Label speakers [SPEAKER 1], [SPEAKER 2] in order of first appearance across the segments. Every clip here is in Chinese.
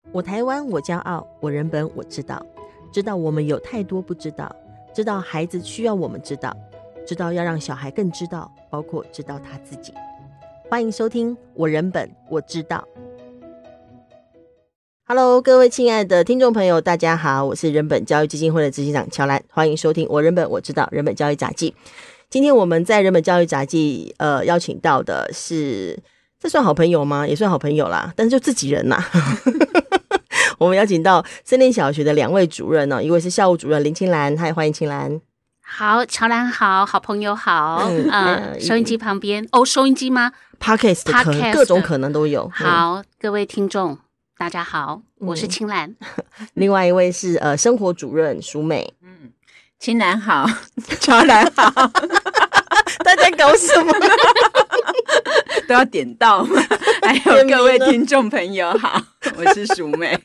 [SPEAKER 1] 我台湾我骄傲，我人本我知道，知道我们有太多不知道，知道孩子需要我们知道，知道要让小孩更知道，包括知道他自己。欢迎收听我人本我知道。Hello， 各位亲爱的听众朋友，大家好，我是人本教育基金会的执行长乔兰，欢迎收听我人本我知道人本教育杂技。今天我们在人本教育杂技邀请到的是，这算好朋友吗？也算好朋友啦，但是就自己人啦。我们邀请到森林小学的两位主任一位是校务主任林青兰，嗨，欢迎青兰。
[SPEAKER 2] 好，乔兰好，好朋友好。收音机旁边收音机吗？
[SPEAKER 1] Podcast 的可能各种可能都有。
[SPEAKER 2] 好，各位听众大家好，我是青兰。
[SPEAKER 1] 另外一位是生活主任淑美。
[SPEAKER 3] 青兰好，乔兰好。
[SPEAKER 1] 大家搞什么？
[SPEAKER 3] 都要点到吗？还有各位听众朋友好，我是淑美。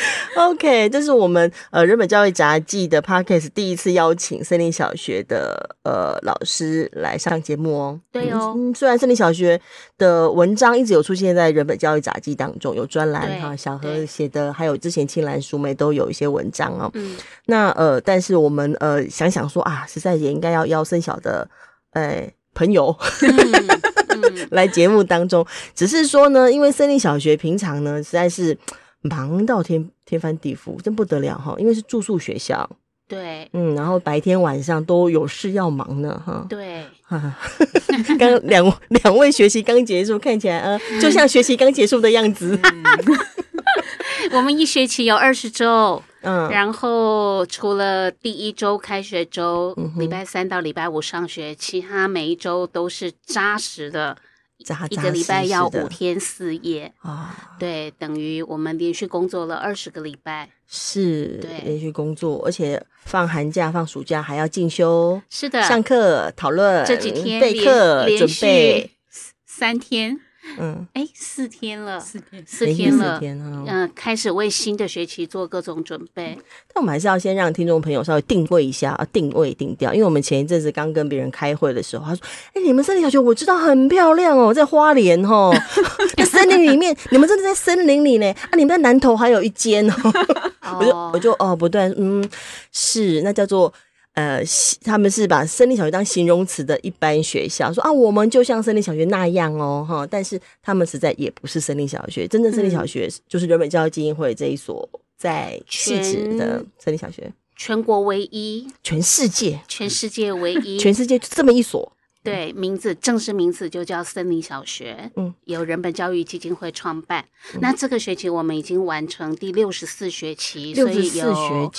[SPEAKER 1] OK， 这是我们人本教育杂技的 Podcast 第一次邀请森林小学的老师来上节目哦。
[SPEAKER 2] 对哦，
[SPEAKER 1] 虽然森林小学的文章一直有出现在人本教育杂技当中，有专栏哈，小何写的，还有之前青兰淑美都有一些文章哦。那但是我们想想说啊，实在也应该要邀森小的朋友来节目当中，只是说呢，因为森林小学平常呢实在是忙到天翻地覆，真不得了哈！因为是住宿学校，
[SPEAKER 2] 对，
[SPEAKER 1] 然后白天晚上都有事要忙呢哈。
[SPEAKER 2] 对，
[SPEAKER 1] 刚两位学习刚结束，看起来就像学习刚结束的样子。
[SPEAKER 2] 我们一学期有20周，然后除了第一周开学周，礼拜3到礼拜5上学，其他每一周都是扎实的。一个礼拜要5天4夜对，等于我们连续工作了20个礼拜，是，对，
[SPEAKER 1] 连续工作，而且放寒假放暑假还要进修，
[SPEAKER 2] 是的，
[SPEAKER 1] 上课讨论，
[SPEAKER 2] 这几天
[SPEAKER 1] 备课准备
[SPEAKER 2] 3天，4天了，4天了，开始为新的学期做各种准备。
[SPEAKER 1] 但我们还是要先让听众朋友稍微定位一下，定调，因为我们前一阵子刚跟别人开会的时候，他说：“你们森林小学我知道很漂亮哦，在花莲哦，在森林里面，你们真的在森林里呢你们在南投还有一间哦。”我就不对，是那叫做。他们是把森林小学当形容词的一般学校，说我们就像森林小学那样哦，但是他们实在也不是森林小学，真正森林小学就是人本教育基金会这一所在汐止的森林小学，
[SPEAKER 2] 全国唯一，
[SPEAKER 1] 全世界
[SPEAKER 2] 唯一，
[SPEAKER 1] 全世界就这么一所。
[SPEAKER 2] 对，正式名字就叫森林小学，由人本教育基金会创办。那这个学期我们已经完成第64学期，所以有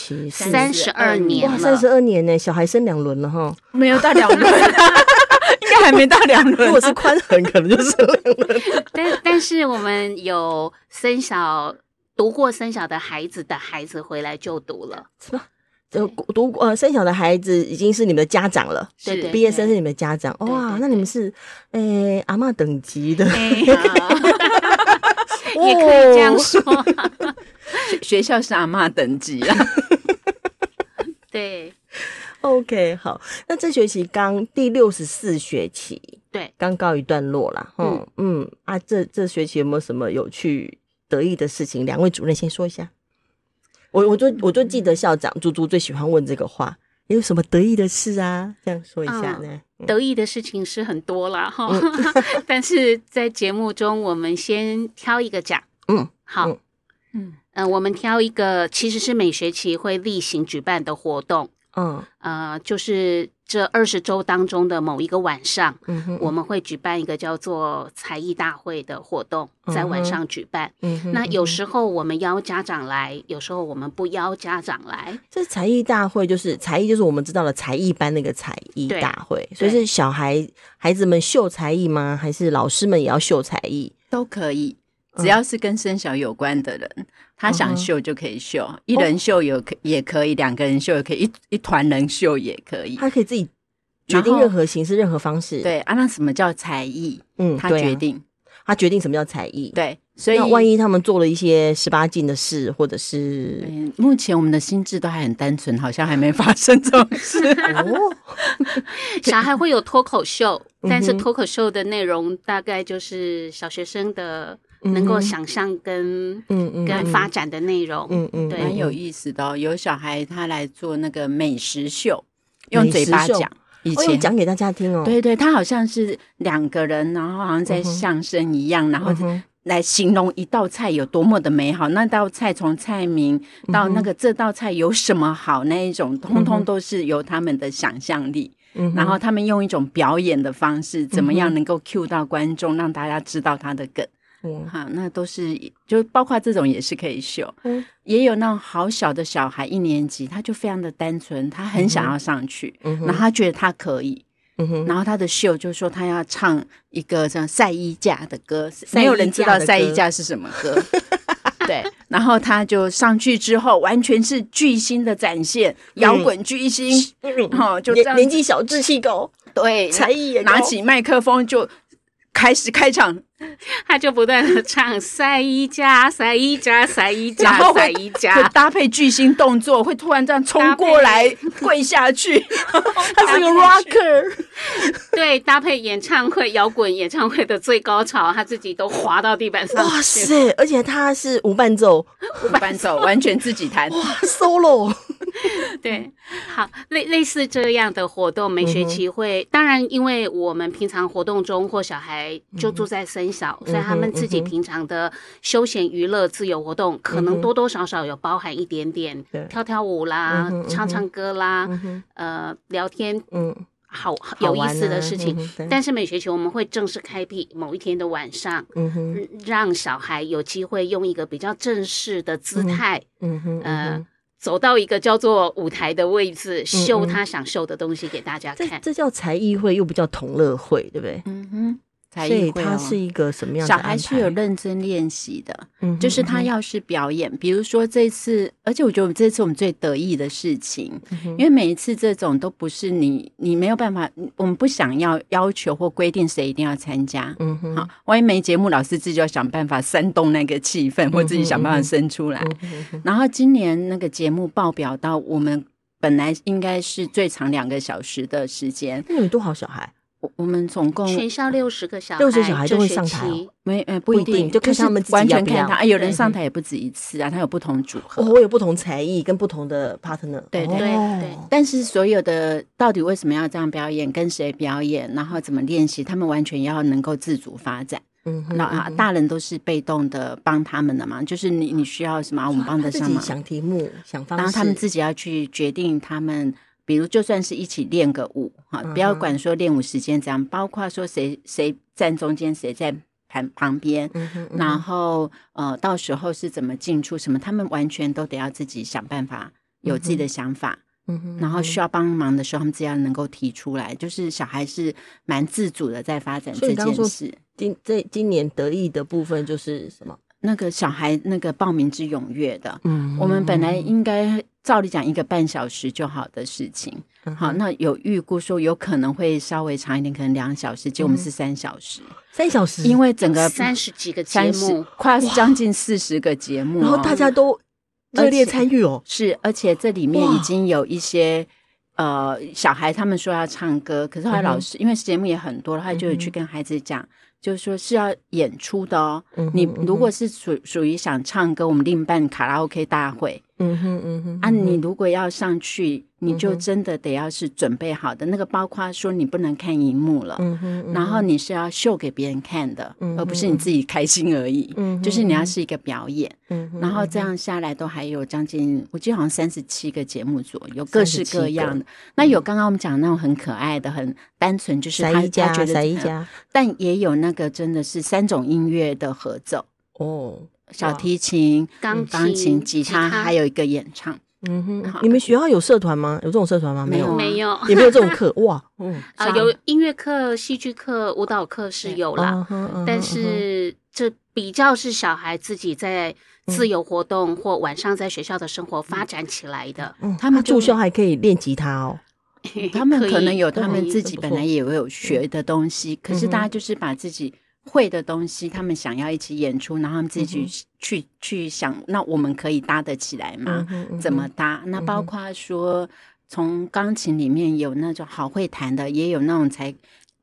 [SPEAKER 2] 32年了。
[SPEAKER 1] 哇，32年呢，小孩生2轮了哈，
[SPEAKER 3] 没有到2轮，应该还没到2轮。
[SPEAKER 1] 如果是宽恒，可能就生2轮。
[SPEAKER 2] 但是我们有读过森小的孩子回来就读了，
[SPEAKER 1] 是吧？森小的孩子已经是你们的家长了，
[SPEAKER 2] 对，
[SPEAKER 1] 毕业生是你们的家长，哇，那你们是阿嬷等级的，
[SPEAKER 2] 也可以这样说。
[SPEAKER 3] 学校是阿嬷等级啊。
[SPEAKER 2] 对
[SPEAKER 1] ，OK， 好，那这学期刚第64学期，
[SPEAKER 2] 对，刚
[SPEAKER 1] 告一段落啦。这学期有没有什么有趣得意的事情？两位主任先说一下。我就记得校长猪猪最喜欢问这个话，有什么得意的事啊？这样说一下呢。
[SPEAKER 2] 得意的事情是很多啦但是在节目中我们先挑一个讲。好，我们挑一个其实是每学期会例行举办的活动。就是这20周当中的某一个晚上，我们会举办一个叫做才艺大会的活动，在晚上举办。那有时候我们邀家长来，有时候我们不邀家长来。
[SPEAKER 1] 这才艺大会就是才艺，就是我们知道的才艺班那个才艺大会，所以是孩子们秀才艺吗？还是老师们也要秀才艺？
[SPEAKER 3] 都可以。只要是跟森小有关的人，他想秀就可以秀，一人秀也可以，2个人秀也可以，一团人秀也可以，
[SPEAKER 1] 他可以自己决定任何形式、任何方式。
[SPEAKER 3] 对那什么叫才艺？他决定，
[SPEAKER 1] 他决定什么叫才艺。
[SPEAKER 3] 对，所以
[SPEAKER 1] 万一他们做了一些18禁的事，或者是
[SPEAKER 3] 目前我们的心智都还很单纯，好像还没发生这种事
[SPEAKER 2] 小孩会有脱口秀，但是脱口秀的内容大概就是小学生的能够想象跟发展的内容，对，
[SPEAKER 3] 蛮有意思的哦。有小孩他来做那个美食秀，用嘴巴讲。以前
[SPEAKER 1] 讲给大家听哦，
[SPEAKER 3] 对，他好像是2个人，然后好像在相声一样，然后来形容一道菜有多么的美好。那道菜从菜名到那个这道菜有什么好，那一种通通都是由他们的想象力。然后他们用一种表演的方式，怎么样能够 cue 到观众，让大家知道他的梗。好，那都是就包括这种也是可以秀。也有那种好小的小孩1年级，他就非常的单纯，他很想要上去，然后他觉得他可以，然后他的秀就说他要唱一个像晒衣架的歌，没有人知道晒衣架是什么歌。对，然后他就上去之后，完全是巨星的展现，摇滚巨星，就这样
[SPEAKER 1] 年纪小志气高，
[SPEAKER 3] 对，
[SPEAKER 1] 才艺也高，
[SPEAKER 3] 拿起麦克风就开始开场，
[SPEAKER 2] 他就不断的唱晒衣架晒衣架晒衣架，
[SPEAKER 3] 然后
[SPEAKER 2] 晒衣架
[SPEAKER 3] 会搭配巨星动作，会突然这样冲过来跪下去。
[SPEAKER 1] 他是个 rocker，
[SPEAKER 2] 对，搭配演唱会摇滚演唱会的最高潮，他自己都滑到地板上。
[SPEAKER 1] 哇塞！而且他是无伴奏，
[SPEAKER 3] 完全自己弹，
[SPEAKER 1] 哇 ，solo。
[SPEAKER 2] 对，好，类似这样的活动，每学期会，当然因为我们平常活动中或小孩就住在森小，所以他们自己平常的休闲娱乐自由活动，可能多多少少有包含一点点跳跳舞啦、唱唱歌啦、聊天，好有意思的事情。但是每学期我们会正式开辟某一天的晚上，让小孩有机会用一个比较正式的姿态，走到一个叫做舞台的位置，秀他想秀的东西给大家看。
[SPEAKER 1] 这叫才艺会，又不叫同乐会，对不对？
[SPEAKER 3] 才艺会，
[SPEAKER 1] 所以它是一个什么样的安排？
[SPEAKER 3] 小孩是有认真练习的，就是他要是表演，比如说这次，而且我觉得这次我们最得意的事情，因为每一次这种都不是你没有办法，我们不想要求或规定谁一定要参加，好，万一没节目，老师自己就要想办法煽动那个气氛，或自己想办法生出来。然后今年那个节目报表到我们本来应该是最长2个小时的时间，
[SPEAKER 1] 那有多少小孩？
[SPEAKER 3] 我们总共
[SPEAKER 2] 全校60个小孩
[SPEAKER 1] ，60小孩都会上台哦？
[SPEAKER 3] 不一定，
[SPEAKER 1] 就看他们自己要不要，
[SPEAKER 3] 完全看他。有人上台也不止一次啊，他有不同组合，
[SPEAKER 1] 我有不同才艺跟不同的 partner。
[SPEAKER 3] 对。
[SPEAKER 2] 但
[SPEAKER 3] 是所有的到底为什么要这样表演，跟谁表演，然后怎么练习，他们完全要能够自主发展。大人都是被动的帮他们的嘛，就是你需要什么，我们帮得上忙。
[SPEAKER 1] 自己想题目、想方式，
[SPEAKER 3] 然后他们自己要去决定他们。比如就算是一起练个舞，不要管说练舞时间怎样，包括说谁站中间，谁在旁边，然后到时候是怎么进出什么，他们完全都得要自己想办法，有自己的想法。然后需要帮忙的时候，他们只要能够提出来，就是小孩是蛮自主的在发展这件事。
[SPEAKER 1] 今年得意的部分就是什么？
[SPEAKER 3] 那个小孩那个报名之踊跃的，我们本来应该照理讲1个半小时就好的事情，好，那有预估说有可能会稍微长一点，可能2小时，结果我们是3小时
[SPEAKER 1] ，3小时，
[SPEAKER 3] 因为整个
[SPEAKER 2] 30几个节目，
[SPEAKER 3] 快要将近40个节目，
[SPEAKER 1] 然后大家都热烈参与哦，
[SPEAKER 3] 是，而且这里面已经有一些小孩他们说要唱歌，可是后来老师因为节目也很多，他就有去跟孩子讲。就是说是要演出的哦，你如果是属于想唱歌，我们另办卡拉 OK 大会。你如果要上去，你就真的得要是准备好的，那个包括说你不能看荧幕了，然后你是要秀给别人看的，而不是你自己开心而已，就是你要是一个表演，然后这样下来都还有将近，我记得好像37个节目左右，各式各样的。那有刚刚我们讲那种很可爱的、很单纯，就是他觉得，但也有那个真的是3种音乐的合奏哦。小提琴、钢琴、吉他，还有一个演唱。
[SPEAKER 1] 你们学校有社团吗？有这种社团吗？
[SPEAKER 2] 没有，
[SPEAKER 1] 也没有这种课。哇，
[SPEAKER 2] 有音乐课、戏剧课、舞蹈课是有啦，但是这比较是小孩自己在自由活动或晚上在学校的生活发展起来的。
[SPEAKER 1] 他们住校还可以练吉他哦。
[SPEAKER 3] 他们可能有他们自己本来也有学的东西，可是大家就是把自己会的东西，他们想要一起演出，然后他们自己去想，那我们可以搭得起来吗？怎么搭？那包括说，从钢琴里面有那种好会弹的，也有那种才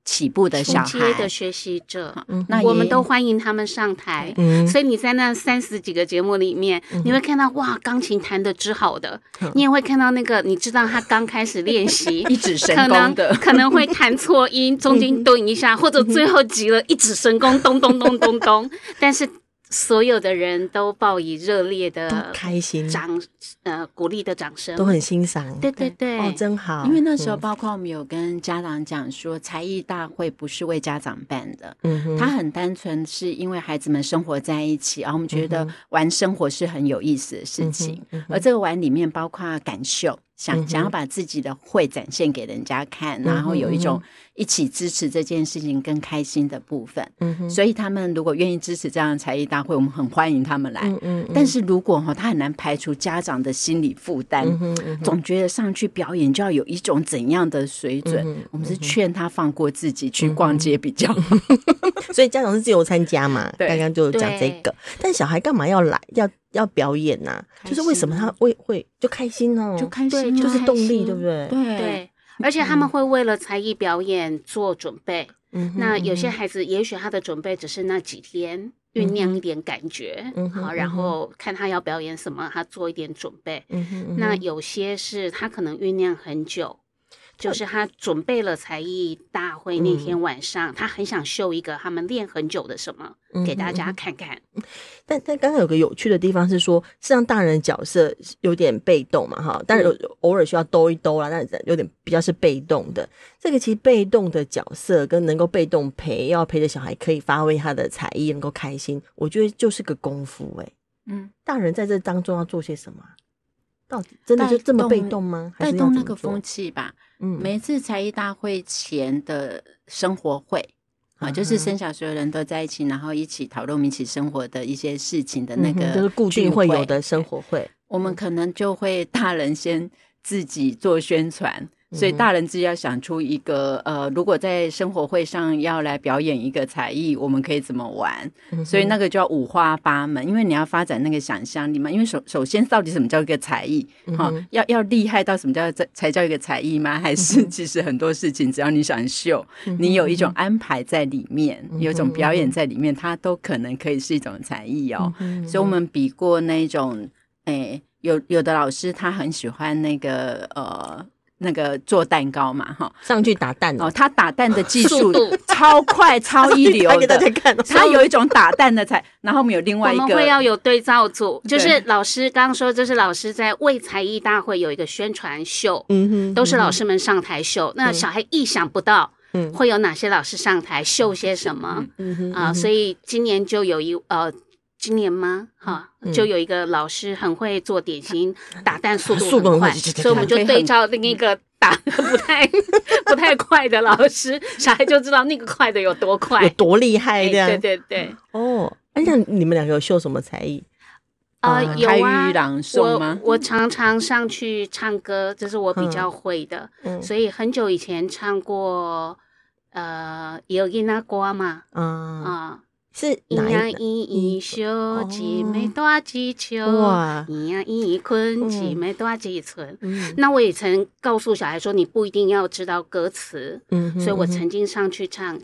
[SPEAKER 3] 起步的小孩，
[SPEAKER 2] 初阶的学习者，
[SPEAKER 3] 那
[SPEAKER 2] 我们都欢迎他们上台。所以你在那30几个节目里面，你会看到哇，钢琴弹得之好的，你也会看到那个你知道他刚开始练习
[SPEAKER 3] 一指神功的，
[SPEAKER 2] 可能会弹错音，中间顿一下，或者最后急了一指神功，咚咚咚咚咚，但是所有的人都报以热烈的
[SPEAKER 1] 开心
[SPEAKER 2] 鼓励的掌声，
[SPEAKER 1] 都很欣赏。
[SPEAKER 2] 对对对，
[SPEAKER 1] 哦，真好。
[SPEAKER 3] 因为那时候包括我们有跟家长讲说，才艺大会不是为家长办的，它很单纯是因为孩子们生活在一起，然后我们觉得玩生活是很有意思的事情，而这个玩里面包括感受。想要把自己的会展现给人家看，然后有一种一起支持这件事情更开心的部分。所以他们如果愿意支持这样的才艺大会，我们很欢迎他们来。但是如果他很难排除家长的心理负担，总觉得上去表演就要有一种怎样的水准，我们是劝他放过自己去逛街比较好。
[SPEAKER 1] 所以家长是自由参加嘛，刚刚就讲这个。但小孩干嘛要来要表演啊？就是为什么他会就开心哦，
[SPEAKER 3] 就开心，
[SPEAKER 1] 就是动力，对不对？
[SPEAKER 2] 对，而且他们会为了才艺表演做准备。那有些孩子也许他的准备只是那几天酝酿一点感觉，好，然后看他要表演什么，他做一点准备。那有些是他可能酝酿很久。就是他准备了才艺大会那天晚上，他很想秀一个他们练很久的什么给大家看看。
[SPEAKER 1] 但刚刚有个有趣的地方是说，是让大人的角色有点被动嘛，哈，但是偶尔需要兜一兜啦，但有点比较是被动的。这个其实被动的角色跟能够被动要陪着小孩可以发挥他的才艺，能够开心，我觉得就是个功夫大人在这当中要做些什么？到底真的就这么被动吗？
[SPEAKER 3] 带动那个风气吧。每一次才艺大会前的生活会就是生小所有人都在一起，然后一起讨论我们一起生活的一些事情的那个
[SPEAKER 1] 就是固定会有的生活会，
[SPEAKER 3] 我们可能就会大人先自己做宣传。所以大人自己要想出一个如果在生活会上要来表演一个才艺，我们可以怎么玩，所以那个就要五花八门，因为你要发展那个想象力嘛。因为首先到底什么叫一个才艺要厉害到什么才叫一个才艺吗？还是其实很多事情只要你想秀你有一种安排在里面有一种表演在里面，它都可能可以是一种才艺所以我们比过那种有的老师他很喜欢那个做蛋糕嘛
[SPEAKER 1] 上去打蛋
[SPEAKER 3] 他打蛋的技术超快超一流的，他有一种打蛋的然后我们有另外一个，
[SPEAKER 2] 我们会要有对照组，就是老师刚刚说这是老师在为才艺大会有一个宣传秀，都是老师们上台秀，那小孩意想不到会有哪些老师上台秀些什么所以今年就有今年吗？就有一个老师很会做点心，打蛋速度很快，所以我们就对照另一个打得不太快的老师，小孩就知道那个快的有多快，
[SPEAKER 1] 有多厉害这样。
[SPEAKER 2] 对对对。
[SPEAKER 1] 那你们两个有秀什么才艺？
[SPEAKER 2] 有
[SPEAKER 3] 台语朗诵吗？
[SPEAKER 2] 我常常上去唱歌，这是我比较会的，所以很久以前唱过有囡仔歌嘛，
[SPEAKER 1] 是哪一个？
[SPEAKER 2] 一小姊妹大几秋，一困姊妹大几寸。那我也曾告诉小孩说，你不一定要知道歌词，所以我曾经上去唱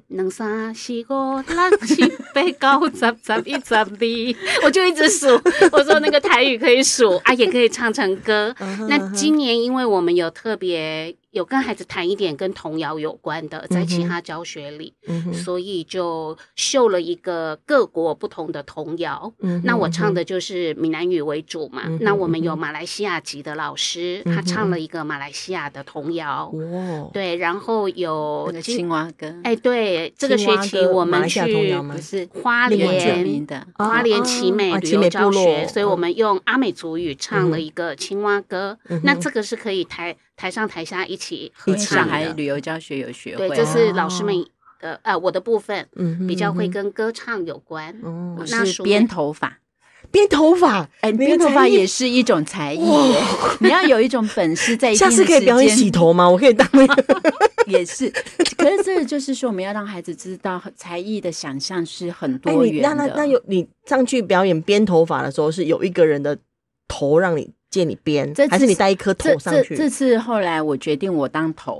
[SPEAKER 2] 1、2、3、4、5、6、7、8、9、10、11、12，我就一直数。我说那个台语可以数也可以唱成歌。那今年因为我们有特别有跟孩子谈一点跟童谣有关的，在其他教学里，所以就秀了一个各国不同的童谣。那我唱的就是闽南语为主嘛。那我们有马来西亚籍的老师，他唱了一个马来西亚的童谣。对，然后有
[SPEAKER 3] 青蛙歌。
[SPEAKER 2] 对，这个学期我们去花莲奇美旅游教学，所以我们用阿美族语唱了一个青蛙歌。那这个是可以台上台下一起合唱的。
[SPEAKER 3] 上海旅游教学有学会，
[SPEAKER 2] 对，这是老师们我的部分比较会跟歌唱有关。
[SPEAKER 3] 那是编头发。
[SPEAKER 1] 编头发
[SPEAKER 3] 也是一种才艺耶。你要有一种本事，在一定的时间，
[SPEAKER 1] 下次可以表演洗头吗？我可以当那个
[SPEAKER 3] 也是。可是这个就是说，我们要让孩子知道才艺的想象是很多元的。
[SPEAKER 1] 那有你上去表演编头发的时候，是有一个人的头让你借你编，还是你带一颗头上去？
[SPEAKER 3] 这次后来我决定我当头。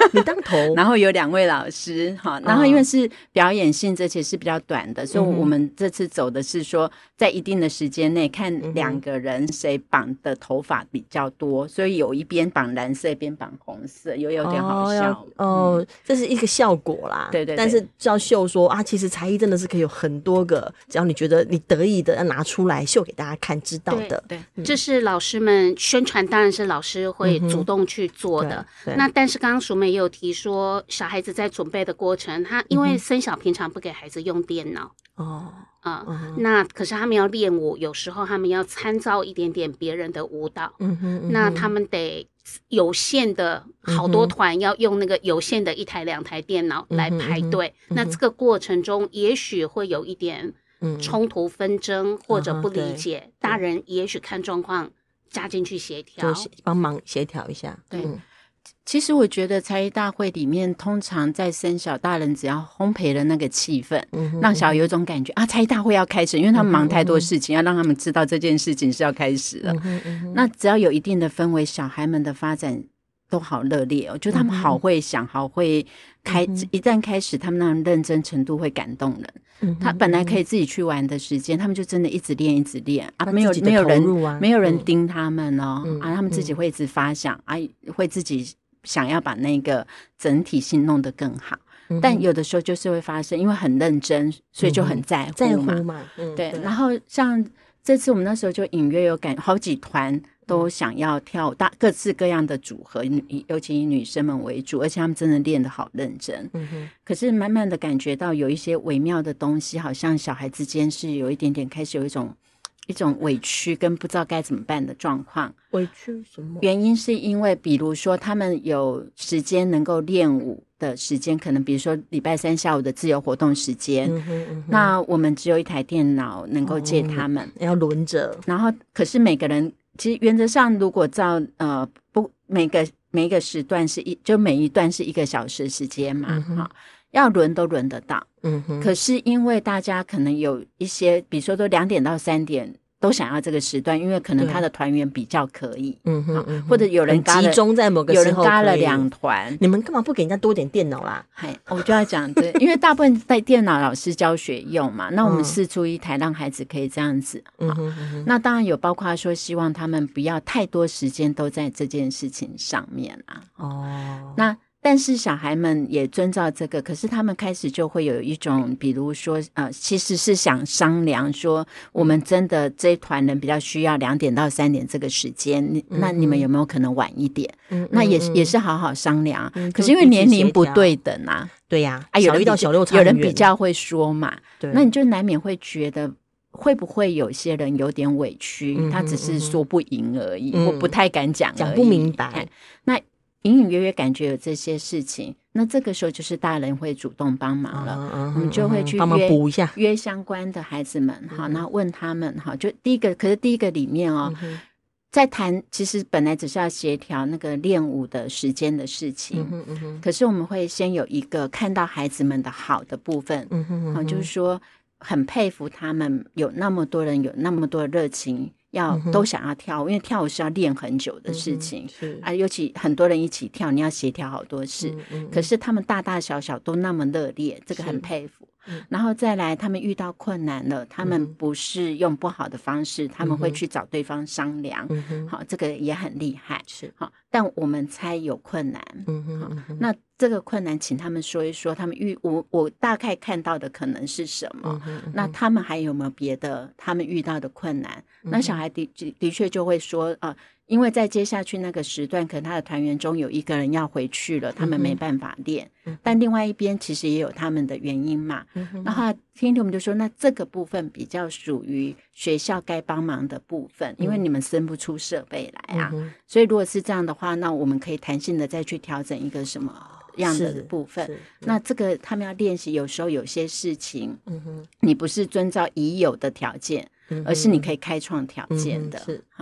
[SPEAKER 1] 你当头，
[SPEAKER 3] 然后有2位老师哈，然后因为是表演性质，而且是比较短的，所以我们这次走的是说，在一定的时间内看2个人谁绑的头发比较多，所以有一边绑蓝色，一边绑红色，有点好笑
[SPEAKER 1] 这是一个效果啦。
[SPEAKER 3] 对对对，
[SPEAKER 1] 但是要秀说啊，其实才艺真的是可以有很多个，只要你觉得你得意的要拿出来秀给大家看，知道的。
[SPEAKER 2] 对，这是老师们宣传，当然是老师会主动去做的。那但是刚刚淑美也有提说，小孩子在准备的过程，他因为生小平常不给孩子用电脑那可是他们要练舞，有时候他们要参照一点点别人的舞蹈，那他们得有限的好多团要用那个有限的1台2台电脑来排队，那这个过程中也许会有一点冲突纷争或者不理解，大人也许看状况加进去协调，
[SPEAKER 1] 帮忙协调一下。
[SPEAKER 3] 对，其实我觉得才艺大会里面，通常在生小大人只要烘焙了那个气氛，让小孩有一种感觉啊，才艺大会要开始，因为他们忙太多事情，要让他们知道这件事情是要开始了。那只要有一定的氛围，小孩们的发展都好热烈哦，就他们好会想，好会一旦开始，他们那种认真程度会感动人。他本来可以自己去玩的时间，他们就真的一直练一直练啊，没有人盯他们他们自己会一直发想会自己想要把那个整体性弄得更好。但有的时候就是会发生，因为很认真，所以就很在乎嘛。对，然后像这次我们那时候就隐约有好几团都想要跳各式各样的组合，尤其以女生们为主，而且他们真的练得好认真。可是慢慢的感觉到有一些微妙的东西，好像小孩之间是有一点点开始有一种委屈跟不知道该怎么办的状况。
[SPEAKER 1] 委屈什么？
[SPEAKER 3] 原因是因为比如说他们有时间能够练舞的时间，可能比如说礼拜3下午的自由活动时间，那我们只有1台电脑能够借他们，
[SPEAKER 1] 要轮着。
[SPEAKER 3] 然后可是每个人其实原则上如果照不每个时段就每一段是1个小时的时间嘛，要轮都轮得到。可是因为大家可能有一些比如说都2点到3点都想要这个时段，因为可能他的团员比较可以，或者有人
[SPEAKER 1] 集中在某个时候，
[SPEAKER 3] 有人嘎了2团，
[SPEAKER 1] 你们干嘛不给人家多点电脑啦？
[SPEAKER 3] 我就要讲对，因为大部分在电脑老师教学用嘛，那我们释出1台让孩子可以这样子。那当然有包括说希望他们不要太多时间都在这件事情上面那但是小孩们也遵照这个，可是他们开始就会有一种比如说其实是想商量说我们真的这一团人比较需要2点到3点这个时间，那你们有没有可能晚一点？那也是好好商量可是因为年龄不对等
[SPEAKER 1] 对呀，
[SPEAKER 3] 小
[SPEAKER 1] 1到小6差
[SPEAKER 3] 有人比较会说嘛，
[SPEAKER 1] 那
[SPEAKER 3] 你就难免会觉得会不会有些人有点委屈，他只是说不赢而已，我不太敢讲
[SPEAKER 1] 不明白。
[SPEAKER 3] 那隐隐约约感觉有这些事情，那这个时候就是大人会主动帮忙了，我们就会去
[SPEAKER 1] 帮忙补一下，
[SPEAKER 3] 约相关的孩子们然后问他们就第一个里面在谈其实本来只是要协调那个练舞的时间的事情，可是我们会先有一个看到孩子们的好的部分，就是说很佩服他们有那么多人有那么多的热情都想要跳舞，因为跳舞是要练很久的事情尤其很多人一起跳，你要协调好多事可是他们大大小小都那么热烈，这个很佩服然后再来他们遇到困难了，他们不是用不好的方式他们会去找对方商量好，这个也很厉害好，但我们猜有困难那这个困难请他们说一说他们我大概看到的可能是什么那他们还有没有别的他们遇到的困难那小孩的确就会说因为在接下去那个时段可能他的团员中有1个人要回去了，他们没办法练但另外一边其实也有他们的原因嘛然后听我们就说那这个部分比较属于学校该帮忙的部分因为你们生不出设备来所以如果是这样的话，那我们可以弹性的再去调整一个什么样的部分那这个他们要练习，有时候有些事情你不是遵照已有的条件而是你可以开创条件的好，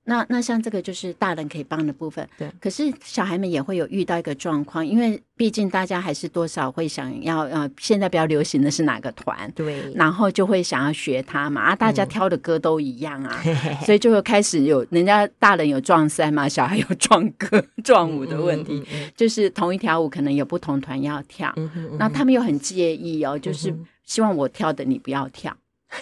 [SPEAKER 3] 那像这个就是大人可以帮的部分，
[SPEAKER 1] 对。
[SPEAKER 3] 可是小孩们也会有遇到一个状况，因为毕竟大家还是多少会想要现在比较流行的是哪个团，
[SPEAKER 1] 对，
[SPEAKER 3] 然后就会想要学他嘛，大家挑的歌都一样啊，所以就会开始有人家大人有撞衫嘛，小孩有撞歌撞舞的问题，就是同一条舞可能有不同团要跳，那他们又很介意就是希望我跳的你不要跳。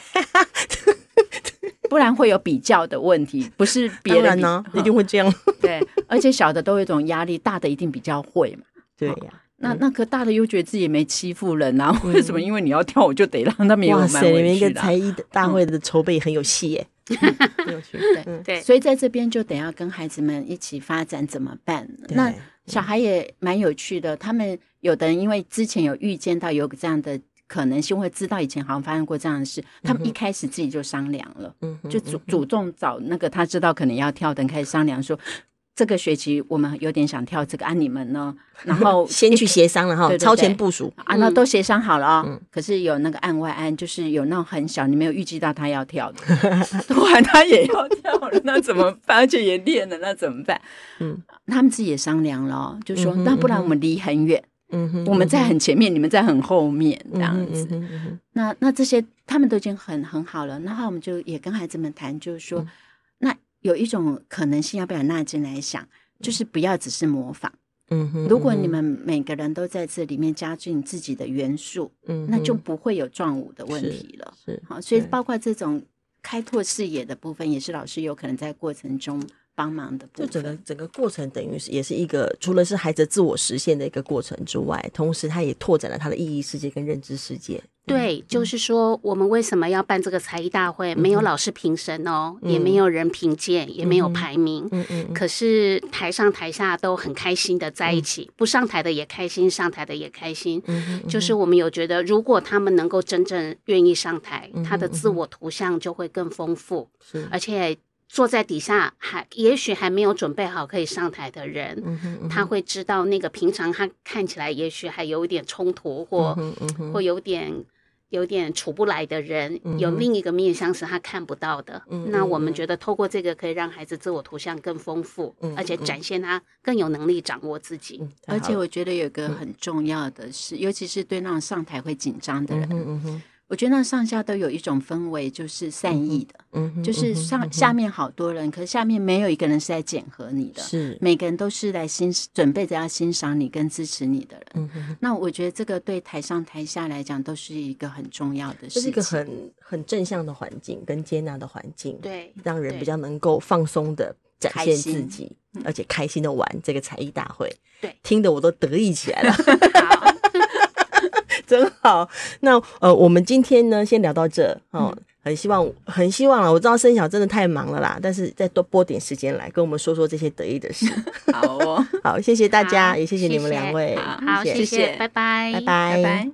[SPEAKER 3] 不然会有比较的问题，不是别人。当然
[SPEAKER 1] 呢，一定会这样。
[SPEAKER 3] 对，而且小的都有一种压力，大的一定比较会嘛。
[SPEAKER 1] 对呀，
[SPEAKER 3] 那可大的又觉得自己没欺负人啊？为什么？因为你要跳，我就得让他们有蛮委屈的。哇塞，
[SPEAKER 1] 你们一个才艺大会的筹备很有戏耶。
[SPEAKER 3] 对，所以在这边就得要跟孩子们一起发展怎么办？那小孩也蛮有趣的，他们有的人因为之前有预见到有这样的可能性，会知道以前好像发生过这样的事，他们一开始自己就商量了，就主动找那个他知道可能要跳的人开始商量说，这个学期我们有点想跳这个，你们呢？然后
[SPEAKER 1] 先去协商了哈，超前部署
[SPEAKER 3] 那都协商好了可是有那个案外案，就是有那种很小，你没有预计到他要跳的，突然他也要跳了，那怎么办？而且也练了，那怎么办？他们自己也商量了就说那不然我们离很远。我们在很前面，你们在很后面，这样子。那这些他们都已经很好了。然后我们就也跟孩子们谈，就是说，那有一种可能性，要不要纳进来想，就是不要只是模仿。如果你们每个人都在这里面加进自己的元素，那就不会有撞舞的问题了。好，所以包括这种开拓视野的部分，也是老师有可能在过程中帮忙的部分。
[SPEAKER 1] 就整个过程等于也是一个除了是孩子自我实现的一个过程之外，同时他也拓展了他的意义世界跟认知世界。
[SPEAKER 2] 对，就是说我们为什么要办这个才艺大会，没有老师评审也没有人评鉴，也没有排名，可是台上台下都很开心的在一起，不上台的也开心，上台的也开心，就是我们有觉得如果他们能够真正愿意上台，他的自我图像就会更丰富，而且坐在底下也许还没有准备好可以上台的人，他会知道那个平常他看起来也许还有一点冲突或有点处不来的人，有另一个面向是他看不到的。那我们觉得透过这个可以让孩子自我图像更丰富，而且展现他更有能力掌握自己。
[SPEAKER 3] 而且我觉得有一个很重要的是，尤其是对那种上台会紧张的人，我觉得那上下都有一种氛围，就是善意的，就是下面好多人，可是下面没有一个人是在检核你的，
[SPEAKER 1] 是
[SPEAKER 3] 每个人都是来准备着要欣赏你跟支持你的人。那我觉得这个对台上台下来讲都是一个很重要的事情，
[SPEAKER 1] 这是一个很正向的环境跟接纳的环境，
[SPEAKER 2] 对，
[SPEAKER 1] 让人比较能够放松的展现自己，而且开心的玩这个才艺大会。
[SPEAKER 2] 对，
[SPEAKER 1] 听得我都得意起来了。真好。那我们今天呢先聊到这很希望啦，我知道生小真的太忙了啦，但是再多拨点时间来跟我们说说这些得意的事。
[SPEAKER 3] 好哦，
[SPEAKER 1] 好，谢谢大家，也谢谢你们两位。
[SPEAKER 2] 好，谢谢，拜拜，
[SPEAKER 1] 拜拜。